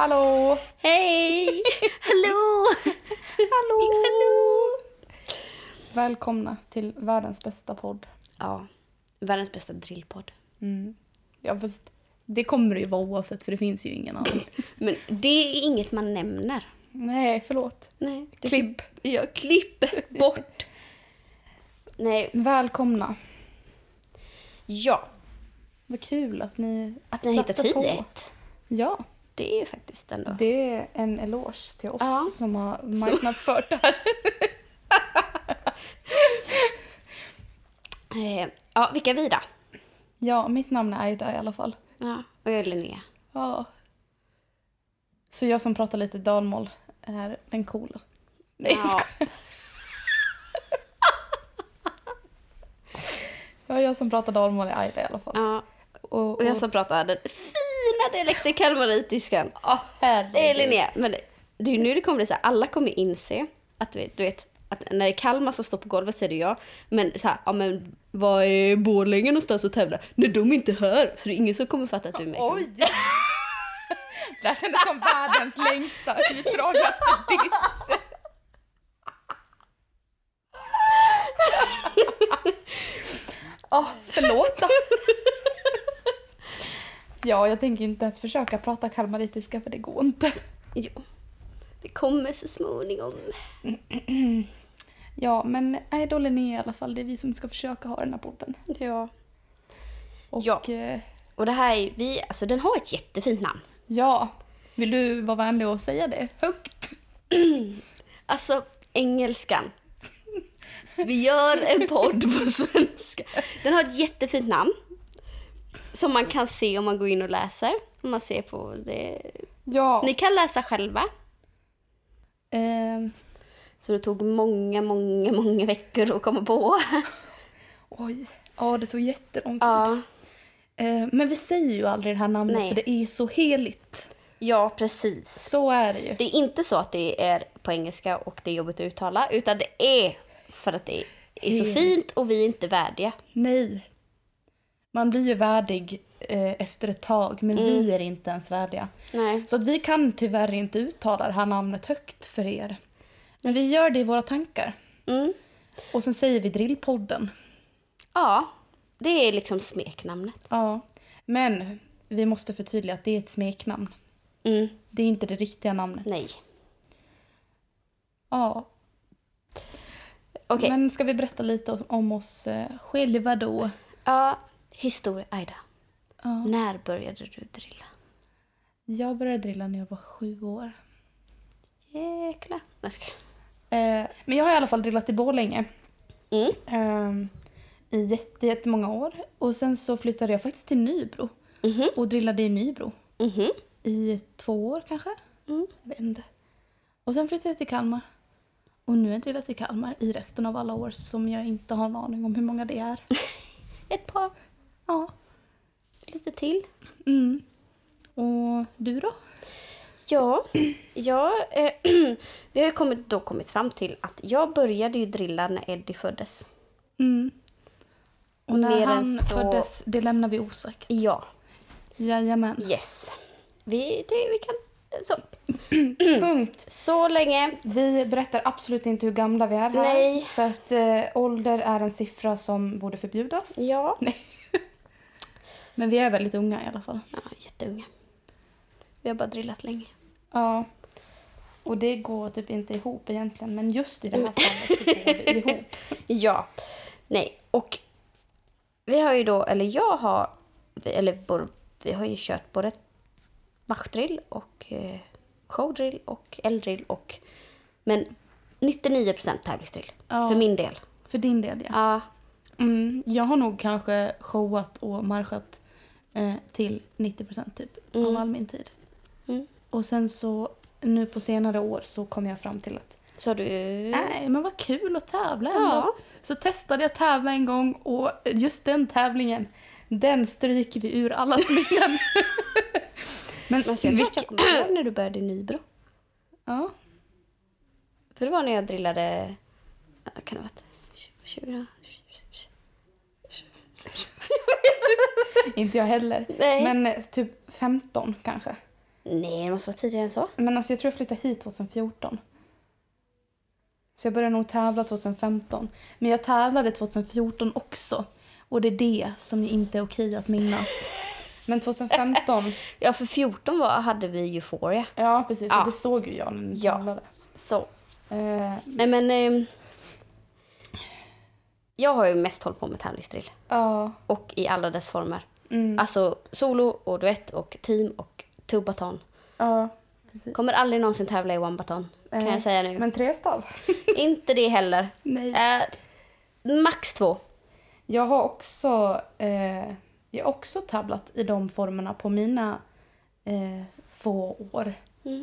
Hallå! Hej! Hallå! Hallå! Välkomna till världens bästa podd. Ja, världens bästa drillpodd. Ja, fast det kommer det ju vara oavsett, för det finns ju ingen annan. Men det är inget man nämner. Nej, förlåt. Nej. Klipp. Ja, klipp bort. Nej, Välkomna. ja. Vad kul att ni Att ni har satte hittat på. hit. Ja, Det är ju faktiskt ändå. det är en eloge till oss Ja. som har marknadsfört det här. Ja, vilka är vi då? Ja, mitt namn är Aida i alla fall. Ja, och jag är Linnea. Ja. Så jag som pratar lite dalmål är den coola. Nej, jag skojar. Ja, jag som pratar dalmål är Aida i alla fall. Ja, Och och jag som pratar den fina dialekten kalmaritiskan. Det är Linnea. Men det är ju nu det kommer bli så här, alla kommer inse att du vet att när det är Kalmar som står på golvet så är det jag. Men så här, ja men vad är Borlänge någonstans att tävla? När de inte hör, så det är ingen som kommer fatta att du är med. Oj! Det här kändes som världens längsta, utdragaste diss. Förlåt då. Ja, jag tänker inte ens försöka prata kalmaritiska, för det går inte. Jo, det kommer så småningom. Ja, men Aida och Linnea i alla fall, det är vi som ska försöka ha den här podden. Ja. Och Ja. Och det här är alltså den har ett jättefint namn. ja, vill du vara vänlig och säga det högt? Alltså, engelskan. Vi gör en podd på svenska. Den har ett jättefint namn. Som man kan se om man går in och läser. Om man ser på det. Ja. Ni kan läsa själva. Så det tog många veckor att komma på. Oj, ja, det tog jättelång tid. Ja, Men vi säger ju aldrig det här namnet. Nej. För det är så heligt. ja, precis. Så är det ju. Det är inte så att det är på engelska och det är jobbigt att uttala. Utan det är för att det är så fint och vi är inte värdiga. Nej. Man blir ju värdig efter ett tag, men vi är inte ens värdiga. Nej. Så att vi kan tyvärr inte uttala det här namnet högt för er. Men vi gör det i våra tankar. Mm. Och sen säger vi Drillpodden. Ja, det är liksom smeknamnet. Ja. Men vi måste förtydliga att det är ett smeknamn. Mm. Det är inte det riktiga namnet. Nej. Ja. Okej. Men ska vi berätta lite om oss själva då? Ja, historia. Aida. Ja. När började du drilla? Jag började drilla när jag var 7 år. Jäklar. Jag ska... Men jag har i alla fall drillat i Borlänge. Mm. I jättemånga år. Och sen så flyttade jag faktiskt till Nybro. Mhm. Och drillade i Nybro. Mhm. I 2 år kanske. Mm. Jag vet inte. Och sen flyttade jag till Kalmar. Och nu har jag drillat i Kalmar i resten av alla år. Som jag inte har en aning om hur många det är. Ett par. Ja. Lite till. Mm. Och du då? Ja, vi har ju kommit fram till att jag började ju drilla när Eddie föddes. Mm. Och när Mer än han så- föddes, det lämnar vi osagt. Ja, Jajamän. yes. Vi kan... Så. Punkt. Så länge. Vi berättar absolut inte hur gamla vi är här. Nej. För att ålder är en siffra som borde förbjudas. Ja. Nej. Men vi är väldigt unga i alla fall. Ja, jätteunga. Vi har bara drillat länge. Ja. Och det går typ inte ihop egentligen. Men just i det här fallet så går det ihop. Ja. Nej, och vi har ju då, eller jag har, vi har ju kört både machtdrill och showdrill och eldrill och, men 99% tävlingsdrill. Ja. För min del. För din del, ja. Ja. Jag har nog kanske showat och marschat till 90% typ av all min tid. Mm. Och sen så nu på senare år så kom jag fram till att Så du... nej, men vad kul att tävla ändå. Ja. Så testade jag tävla en gång och just den tävlingen, den stryker vi ur allas minnen. Men så jag tror att jag kommer ihåg när du började i Nybro. Ja. För det var när jag drillade... Kan det ha varit 20? Inte jag heller. Nej. Men typ 15 kanske. Nej, det måste vara tidigare än så. Men alltså jag tror jag flyttade hit 2014. Så jag började nog tävla 2015. Men jag tävlade 2014 också. Och det är det som inte är okej att minnas. Men 2015... Ja, för 14 hade vi Euphoria. Ja, precis. Ja. Och det såg ju jag när ni tävlade. Så. Nej, men... jag har ju mest hållit på med tävlingsdrill. Ja. Och i alla dess former. Mm. Alltså solo och duett och team och two-baton. Ja, precis. Kommer aldrig någonsin tävla i one-baton. Kan jag säga nu. Men 3-stav? Inte det heller. Nej. Max 2. Jag har också tävlat i de formerna på mina få år.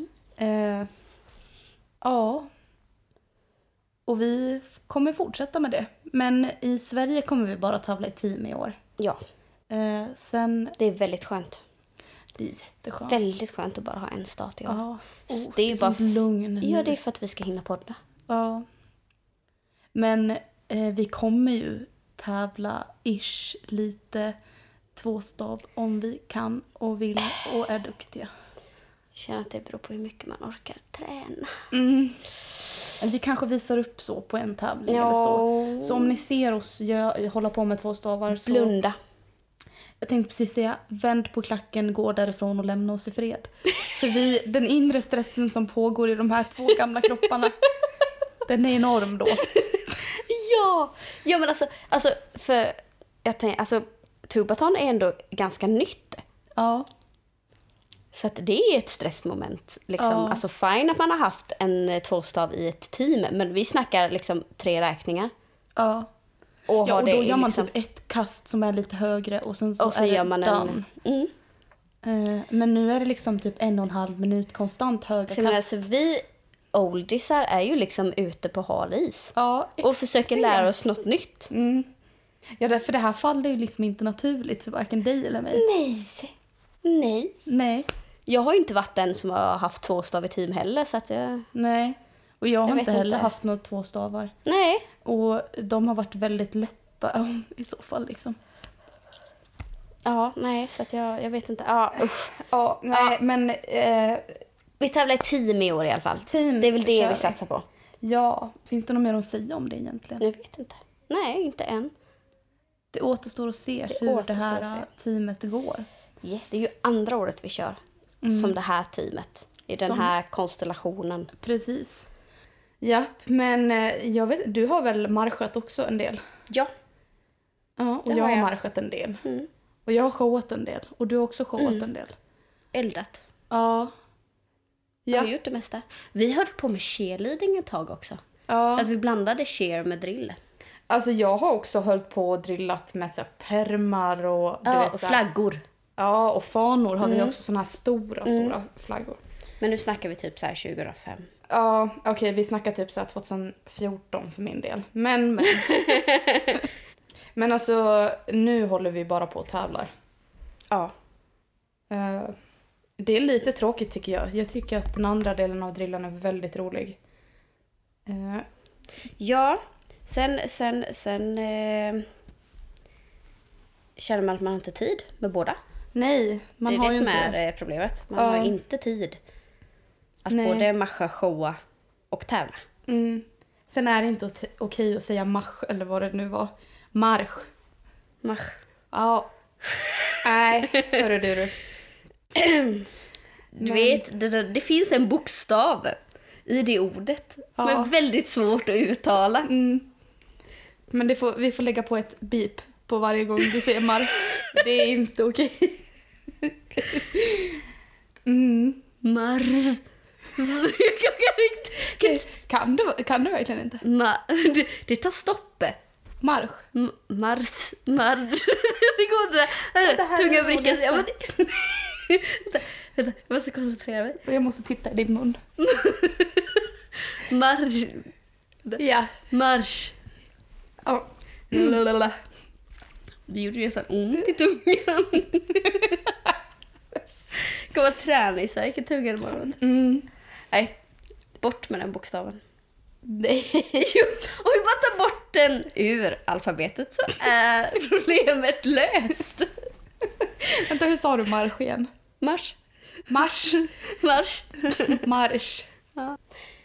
Ja. Och vi kommer fortsätta med det. Men i Sverige kommer vi bara tävla i team i år. Ja. Sen... Det är väldigt skönt. Det är jätteskönt. Väldigt skönt att bara ha en start i år. Ja. Det är ju bara lugn. Ja, det är för att vi ska hinna podda. Ja. Men vi kommer ju tävla lite 2-stav om vi kan och vill och är duktiga. Jag känner att det beror på hur mycket man orkar träna. Vi kanske visar upp så på en tävling eller så. Så om ni ser oss hålla på med 2-stavar så... Blunda. Jag tänkte precis säga, vänd på klacken, gå därifrån och lämna oss i fred. För den inre stressen som pågår i de här 2 gamla kropparna, den är enorm då. Ja, men alltså för jag tänker, alltså two-baton är ändå ganska nytt. Ja. Så att det är ett stressmoment liksom. Ja. Alltså fine att man har haft en 2-stav i ett team, men vi snackar liksom 3 räkningar. Ja. Och Ja, och det då gör man liksom... typ ett kast som är lite högre och sen så, och så är gör det man done. Men nu är det liksom typ 1,5 minut konstant höga Sen kast. alltså vi oldisar är ju liksom ute på hal is. Ja, och försöker lära oss något nytt. Ja, för det här faller ju liksom inte naturligt för varken dig eller mig. Nej. Jag har ju inte varit den som har haft 2-stav i team heller, så att jag... Nej. Och jag har inte heller inte. haft några 2-stavar. Nej. Och de har varit väldigt lätta i så fall liksom. Ja, nej, så att jag vet inte. Ja, usch. Ja, nej, men... Vi tävlar i team i år i alla fall. Team, det är väl det kör vi satsar på. Ja, finns det något mer att säga om det egentligen? Jag vet inte. Nej, inte än. Det återstår att se hur det här teamet går. Yes, det är ju andra året vi kör som det här teamet. I den här konstellationen. Precis. Ja, men jag vet, du har väl marschat också en del? Ja. Ja, och jag har marschat en del. Och jag har showat en del. Och du har också showat en del. Eldat. Ja. Jag har gjort det mesta. Vi höll på med cheerleading ett tag också. Ja. Att vi blandade cheer med drill. Alltså jag har också hållit på och drillat med så här permar och du vet, och så här, flaggor. Ja, och fanor har vi också, såna här stora flaggor. Men nu snackar vi typ så här 2005. Ja, okej, vi snackar typ så här 2014 för min del. Men. Men alltså, nu håller vi bara på och tävlar. Ja. Det är lite tråkigt tycker jag. Jag tycker att den andra delen av drillen är väldigt rolig. Ja, sen känner man att man inte har tid med båda. Nej, man det är har det ju som inte är problemet. Man har inte tid att både marscha, showa och tävla. Sen är det inte okej att säga marsch, eller vad det nu var. Marsch. Ja. Nej, hörru du. Du vet, det finns en bokstav i det ordet som är väldigt svårt att uttala. Men vi får lägga på ett beep på varje gång vi säger marsch. Det är inte okej. Marsch. Kan du verkligen inte? Det tar stopp. Marsch. Marsch. Det går inte. Tunga vrickas. Vänta, jag måste koncentrera mig. Och jag måste titta i din mun. Marsch. Ja. Marsch. Ja. Det gjorde ju så ont i tungan. Kommer träna i säkert tungan imorgon. Nej, bort med den bokstaven. Nej. Om vi bara tar bort den ur alfabetet så är problemet löst. Vänta, hur sa du marsch igen? Marsch. Marsch! Marsch! Marsch! Ja.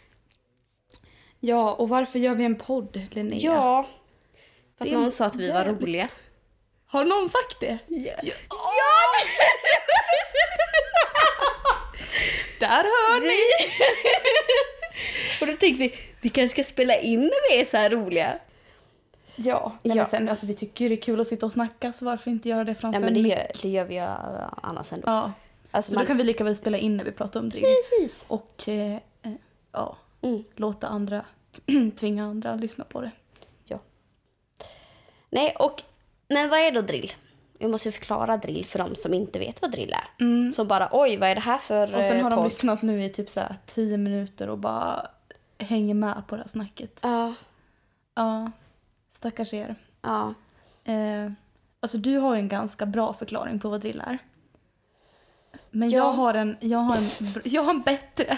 Ja, och varför gör vi en podd, Linnea? Ja, för att Det är någon sa att vi var jävligt- roliga. Har någon sagt det? Ja! Där hör ni! Och då tänkte vi kanske ska spela in när vi är så här roliga. Ja, Ja. men sen, alltså, vi tycker ju det är kul att sitta och snacka, så varför inte göra det framför Ja, men en mick? det gör vi ju annars ändå. Ja, Alltså, så då kan vi lika väl spela in när vi pratar om drill. Precis. Och ja, Mm. låta andra, tvinga andra att lyssna på det. Nej, men vad är då drill? Jag måste ju förklara drill för de som inte vet vad drill är. Mm. Så bara, oj, vad är det här för Och sen har de podd? lyssnat nu i typ så här 10 minuter och bara hänger med på det här snacket. Ja, Ja, stackars er. ja. Alltså du har ju en ganska bra förklaring på vad drill är. Men Ja. jag har en bättre.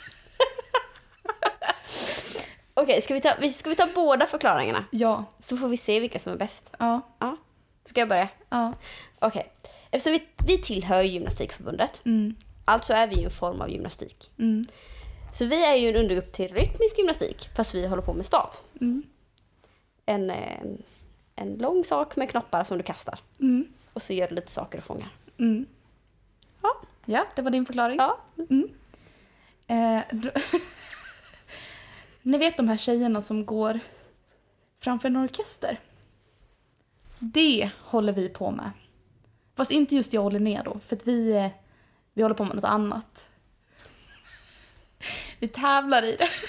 Okej, ska vi ta båda förklaringarna? Ja, Så får vi se vilka som är bäst. ja, Ja. Ska jag börja? ja. Okej. Eftersom vi tillhör Gymnastikförbundet, Mm, alltså är vi ju en form av gymnastik. mm, Så vi är ju en undergrupp till rytmisk gymnastik, fast vi håller på med stav. mm, En lång sak med knoppar som du kastar. mm, Och så gör du lite saker och fångar. mm. Ja. Ja, det var din förklaring. Ja. Ni vet de här tjejerna som går framför en orkester? Det håller vi på med. Fast inte just jag och Linnea då, för att vi håller på med något annat. Vi tävlar i det.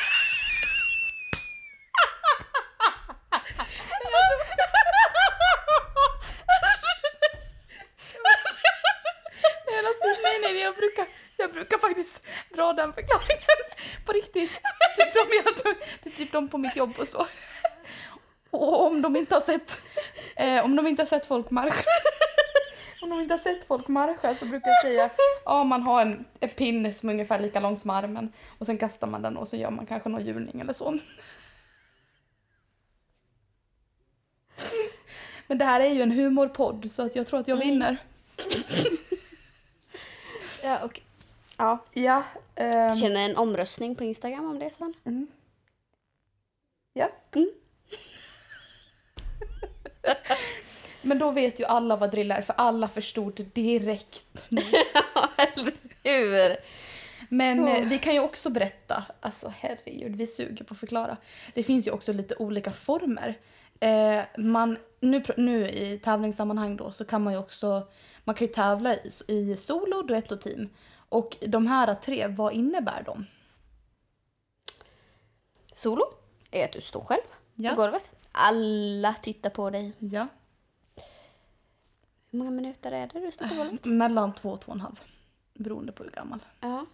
Nej, jag brukar faktiskt dra den förklaringen på riktigt. Typ de på mitt jobb och så. Och om de inte har sett folk marscha. Om de inte har sett folk marscha så brukar jag säga man har en pinne som är ungefär lika lång som armen. Och sen kastar man den och så gör man kanske någon hjulning eller så. Men det här är ju en humorpodd så att jag tror att jag vinner. Ja, och ja. Ja. Känner en omröstning på Instagram om det sen. Mm. Ja. Mm. Men då vet ju alla vad drill är, för alla förstod det direkt nu. Ja, eller hur? Men vi kan ju också berätta, alltså herregud, vi suger på att förklara. Det finns ju också lite olika former. Nu i tävlingssammanhang då så kan man ju också, man kan ju tävla i solo, duett och team. Och de här 3, vad innebär de? Solo är att du står själv Ja. på golvet. Alla tittar på dig. Ja. Hur många minuter är det du står på golvet? Mellan 2 och 2,5. Beroende på hur gammal. Ja.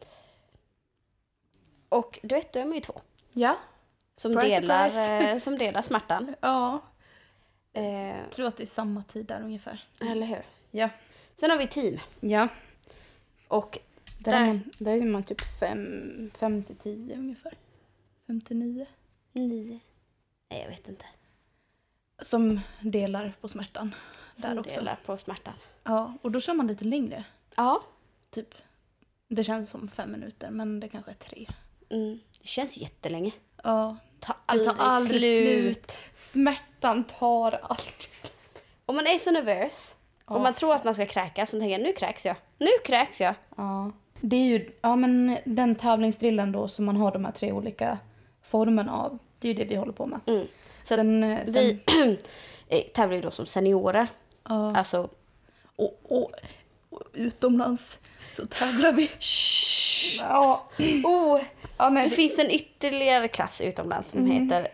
Och duett, då är man ju 2. Ja. Som Surprise, delar, surprise. som delar smärtan. Ja. Eh, Jag tror att det är samma tid där ungefär. eller hur? Ja. Sen har vi team. Ja. Och Där är man typ 5 till 10 ungefär. 5 till 9. 9. Nej, jag vet inte. Som delar på smärtan. Som Där också. delar på smärtan. Ja, och då kör man lite längre. Ja. Typ. Det känns som 5 minuter, men det kanske är 3. Mm. Det känns jättelänge. Ja. Det tar aldrig slut. Smärtan tar aldrig slut. Om man är så nervös och man tror att man ska kräkas så tänker jag, nu kräks jag. Nu kräks jag. Ja. Det är ju, men den tävlingsdrillen då som man har de här 3 olika formerna av. Det är ju det vi håller på med. Mm. Så Sen, vi tävlar ju då som seniorer. ja. Alltså, Och utomlands så tävlar vi. Ja. Ja, men det finns en ytterligare klass utomlands som heter...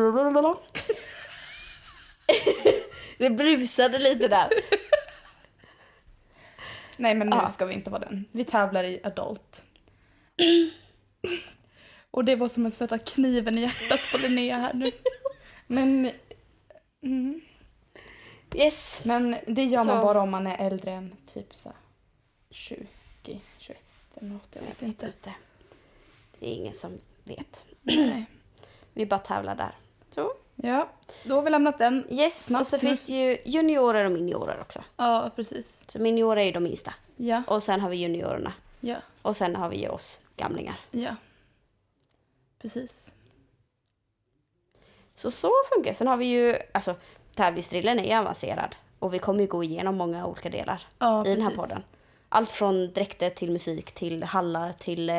Det brusade lite där. Nej, men nu ska vi inte vara den. Vi tävlar i adult. Och det var som att sätta kniven i hjärtat på Linnea här nu. Men, Yes. men det gör man Så. bara om man är äldre än typ så 20, 21 eller något. Jag vet inte. Det är ingen som vet. Nej. Vi bara tävlar där. Så. Ja, då har vi lämnat den. Yes, snabbt. och så finns det ju juniorer och miniorer också. Ja, precis. Så miniorer är ju de minsta. Ja, Och sen har vi juniorerna. ja, Och sen har vi ju oss gamlingar. ja. Precis. Så funkar det. Sen har vi ju, alltså tävlingsdrillen är ju avancerad. Och vi kommer ju gå igenom många olika delar Ja, i den här precis. podden. Allt från dräkter till musik, till hallar, till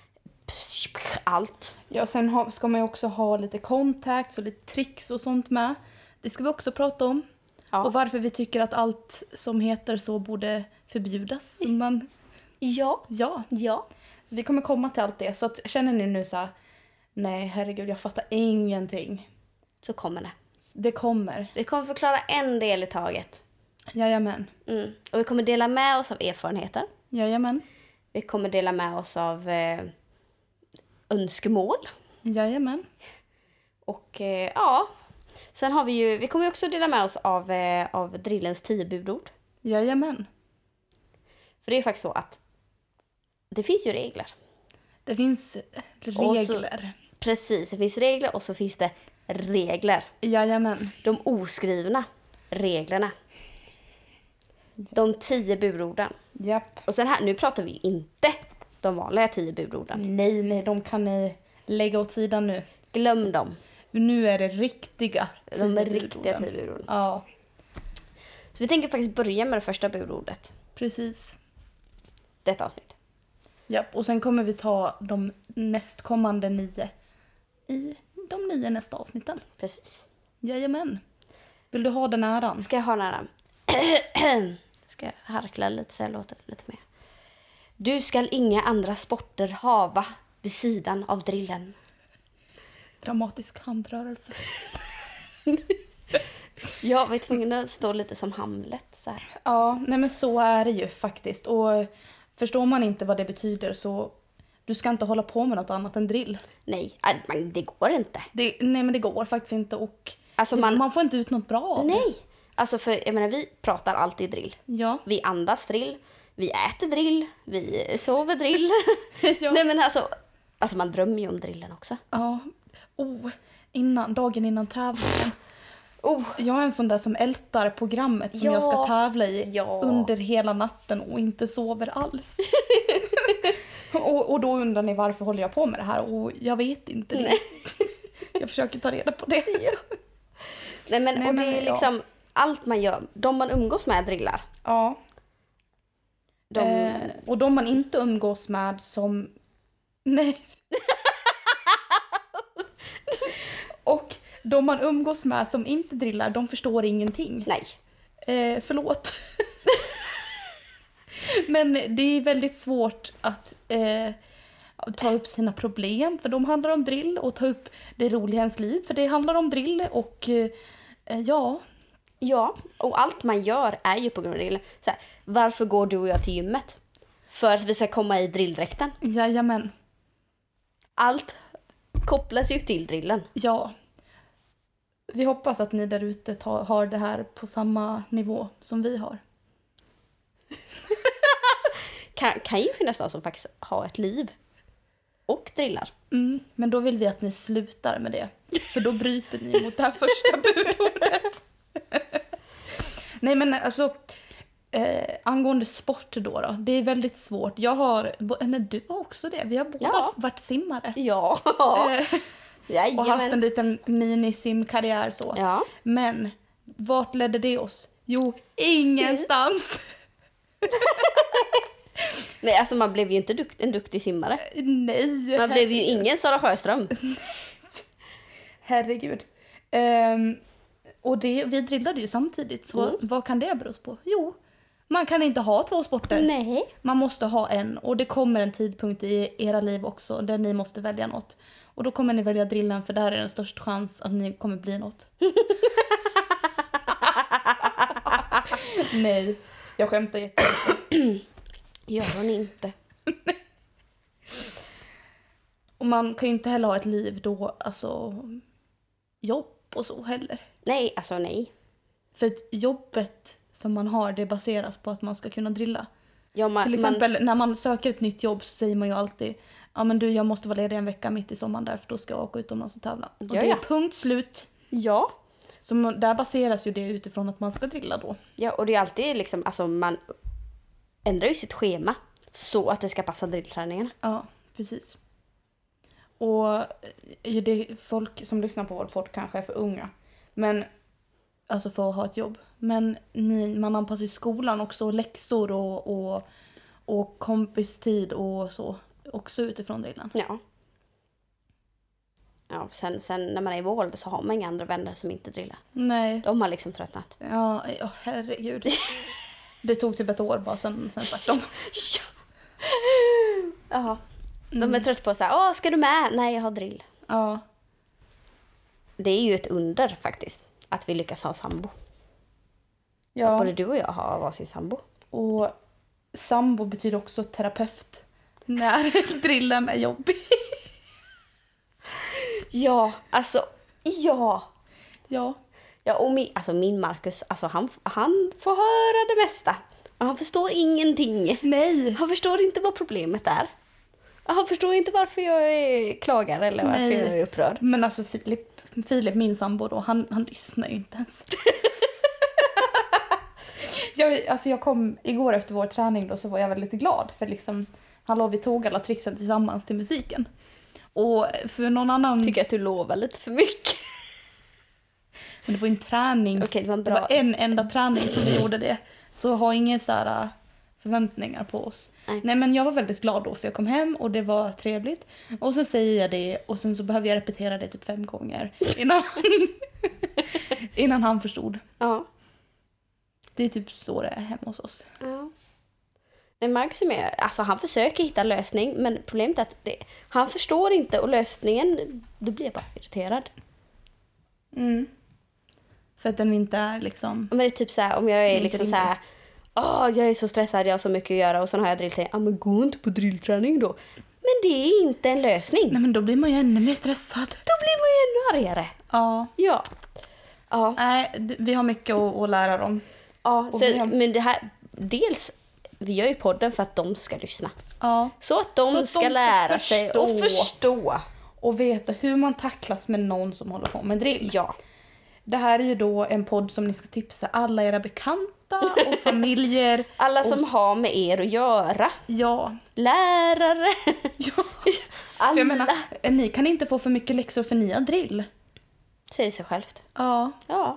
allt. Ja, sen ska man ju också ha lite contacts och lite tricks och sånt med. Det ska vi också prata om. Ja. Och varför vi tycker att allt som heter så borde förbjudas. Men Ja. ja, Ja. så vi kommer komma till allt det. Så att, känner ni nu så här, nej herregud jag fattar ingenting. Så kommer det. Det kommer. Vi kommer förklara en del i taget. Jajamän. Och vi kommer dela med oss av erfarenheter. Jajamän. Vi kommer dela med oss av önskemål. Jajamän. Och ja, sen har vi kommer ju också dela med oss av drillens 10 budord. Jajamän. För det är faktiskt så att det finns ju regler. Det finns regler. Precis, det finns regler och så finns det regler. Jajamän. De oskrivna reglerna. De 10 budorden. Japp. Och sen här, nu pratar vi ju inte de vanliga 10 budorden. Nej, de kan ni lägga åt sidan nu. Glöm dem. Nu är det riktiga. De är 10 riktiga budorden. 10 budorden. Ja, Så vi tänker faktiskt börja med det första budordet. precis. Detta avsnitt. Japp, och sen kommer vi ta de nästkommande 9 i de 9 nästa avsnitten. Precis. Jajamän. Vill du ha den äran? Ska jag ha nära? Ska jag harkla lite så jag låter lite mer. Du skall inga andra sporter hava vid sidan av drillen. Dramatisk handrörelse. Jag var tvungen att stå lite som Hamlet så här. Ja, nej men så är det ju faktiskt. Och förstår man inte vad det betyder så du ska inte hålla på med något annat än drill. Nej, men det går inte. Nej men det går faktiskt inte och Alltså man får inte ut något bra av det. Nej, alltså för jag menar vi pratar alltid drill. Ja. Vi andas drill, vi äter drill, vi sover drill. Ja. Nej men alltså man drömmer ju om drillen också. Ja. Dagen innan tävlingen. Jag är en sån där som ältar programmet som Ja. jag ska tävla i Ja. under hela natten och inte sover alls. och då undrar ni varför håller jag på med det här och jag vet inte det. Jag försöker ta reda på det. Nej men Nej, och men, det är ja. liksom allt man gör, de man umgås med drillar. Ja. De... Och de man inte umgås med som... Nej. Och de man umgås med som inte drillar, de förstår ingenting. Nej. Förlåt. Men det är väldigt svårt att ta upp sina problem, för de handlar om drill, och ta upp det roliga i ens liv, för det handlar om drill, och ja. Ja, och allt man gör är ju på grund av drillen. Så här, varför går du och jag till gymmet? För att vi ska komma i drilldräkten. Jajamän. Allt kopplas ju till drillen. Ja. Vi hoppas att ni där ute har det här på samma nivå som vi har. Kan ju finnas någon som faktiskt har ett liv och drillar. Men då vill vi att ni slutar med det. För då bryter ni mot det här första budordet. Nej men alltså, angående sport då. Det är väldigt svårt. Du har också det. Vi har båda varit simmare. Ja. Och haft en liten mini-simkarriär så. Ja. Men vart ledde det oss? Jo, ingenstans. Nej, alltså man blev ju inte en duktig simmare. Nej. Man blev ju ingen Sara Sjöström. Herregud. Och vi drillade ju samtidigt, så vad kan det bero på? Jo, man kan inte ha 2 sporter. Nej. Man måste ha en, och det kommer en tidpunkt i era liv också där ni måste välja något. Och då kommer ni välja drillen, för där är den största chans att ni kommer bli något. Nej, jag skämtar jättemycket. Gör hon inte. Och man kan ju inte heller ha ett liv då, alltså jobb och så heller. Nej, alltså nej. För att jobbet som man har, det baseras på att man ska kunna drilla. Ja, Till exempel när man söker ett nytt jobb så säger man ju alltid, ja men du, jag måste vara ledig en vecka mitt i sommaren där, för då ska jag åka utomlands och tävla. Och Ja, det ja. är punkt slut. Ja. Så där baseras ju det utifrån att man ska drilla då. Ja, och det är alltid liksom, alltså man ändrar ju sitt schema så att det ska passa drillträningen. Ja, precis. Och det folk som lyssnar på vår podd kanske är för unga. Men, alltså för att ha ett jobb. Men man anpassar ju skolan också, läxor och kompistid och så. Också utifrån drillen. Ja. Ja, sen när man är i vår så har man inga andra vänner som inte drillar. Nej. De har liksom tröttnat. Ja, herregud. Det tog typ ett år bara sen sagt de. Ja. De är trött på så här, ska du med? Nej, jag har drill. Ja. Det är ju ett under faktiskt, att vi lyckas ha sambo. Ja. Både du och jag har varsin sambo. Och sambo betyder också terapeut. När drillen är jobbig. Ja, alltså, ja. Ja. Ja, och min Marcus, alltså han får höra det mesta. Och han förstår ingenting. Nej. Han förstår inte vad problemet är. Och han förstår inte varför jag klagar eller varför jag är upprörd. Men alltså Filip, min sambo då, han lyssnar ju inte ens. jag kom igår efter vår träning då, så var jag väldigt glad. För liksom, vi tog alla tricksen tillsammans till musiken. Och för någon annan... Tycker att du lovar lite för mycket. Men det var en träning. Okej, det var Det var en enda träning som vi gjorde det. Så ha inga så här förväntningar på oss. Nej, men jag var väldigt glad då, för jag kom hem och det var trevligt. Och sen säger jag det och sen så behöver jag repetera det typ 5 gånger innan han förstod. Ja. Det är typ så det är hemma hos oss. Ja. Nej, Marcus är med. Alltså han försöker hitta lösning, men problemet är att han förstår inte, och lösningen, då blir jag bara irriterad. Mm. För att den inte är liksom... Men det är typ så här, om jag är liksom så här, jag är så stressad, jag har så mycket att göra och sen har jag drillträning. Ja, men gå inte på drillträning då. Men det är inte en lösning. Nej, men då blir man ju ännu mer stressad. Då blir man ju ännu argare. Ja. Ja. Ja. Nej, vi har mycket att lära dem. Ja, så, men det här, dels, vi gör ju podden för att de ska lyssna. Ja. Så att de ska lära sig och förstå. Och veta hur man tacklas med någon som håller på med drill. Ja. Det här är ju då en podd som ni ska tipsa alla era bekanta och familjer. Alla som har med er att göra. Ja. Lärare. Ja. Alla. För jag menar, ni kan inte få för mycket läxor för ni har drill. Säger sig självt. Ja. Ja.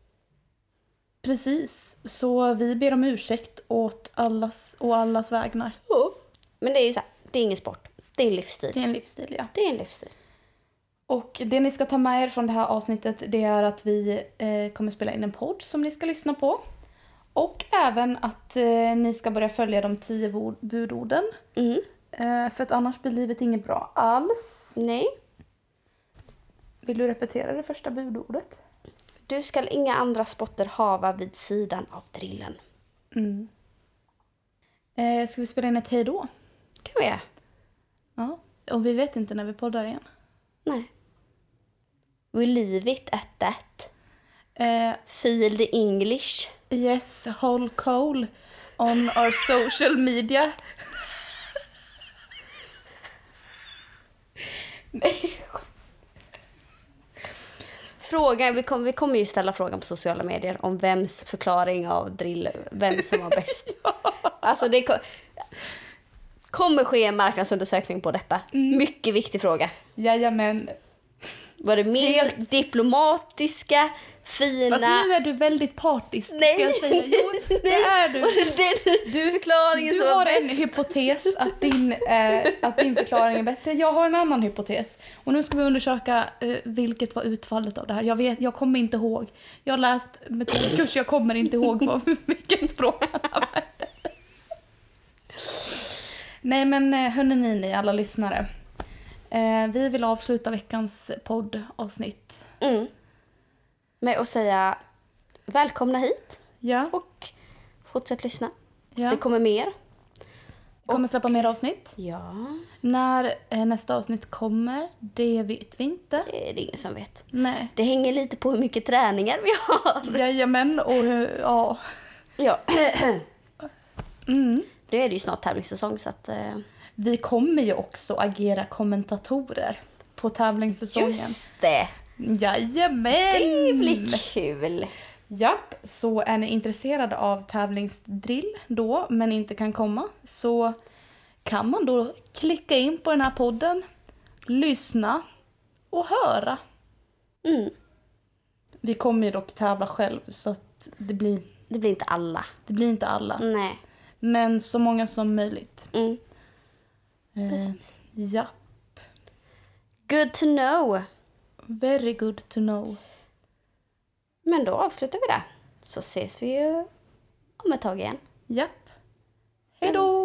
Precis. Så vi ber om ursäkt åt allas vägnar. Ja. Men det är ju så här, det är ingen sport. Det är en livsstil. Det är en livsstil, ja. Det är en livsstil. Och det ni ska ta med er från det här avsnittet, det är att vi kommer spela in en podd som ni ska lyssna på. Och även att ni ska börja följa de 10 budorden. Mm. För att annars blir livet inget bra alls. Nej. Vill du repetera det första budordet? Du ska inga andra spotter hava vid sidan av drillen. Mm. Ska vi spela in ett hej då? Kan vi göra? Ja. Och vi vet inte när vi poddar igen. Nej. We leave it at that. Eh, Feel the English. yes, whole coal on our social media. Nej. Frågan, vi kommer ju ställa frågan på sociala medier om vems förklaring av drill, vem som var bäst. Alltså det kommer ske en marknadsundersökning på detta. Mycket viktig fråga. Jajamän. Var det mer diplomatiska, fina... Fast nu är du väldigt partisk, Nej. ska jag säga. Jo, det är du. Du förklaringen Du som var har bäst. en hypotes att din förklaring är bättre. Jag har en annan hypotes. Och nu ska vi undersöka vilket var utfallet av det här. Jag kommer inte ihåg. Jag har läst metodkurs, jag kommer inte ihåg vilken språk han använde. Nej, men hörni ni alla lyssnare. Vi vill avsluta veckans poddavsnitt. Med att säga välkomna hit Ja. och fortsätt lyssna. Ja. Det kommer mer. Vi kommer släppa mer avsnitt. Ja, När nästa avsnitt kommer, det vet vi inte. det är det ingen som vet. Nej. Det hänger lite på hur mycket träningar vi har. Jajamän, och ja. Ja. Mm. Nu är det ju snart tävlingssäsong så att... Vi kommer ju också agera kommentatorer på tävlingssäsongen. Just det! Jajamän! Det blir kul. Japp, så är ni intresserade av tävlingsdrill då men inte kan komma så kan man då klicka in på den här podden, lyssna och höra. Mm. Vi kommer ju dock tävla själv så att det blir inte alla. Det blir inte alla. Nej. Men så många som möjligt. Mm. Precis. Ja. Good to know. Very good to know. Men då avslutar vi det. Så ses vi ju om ett tag igen. Japp. Hej då!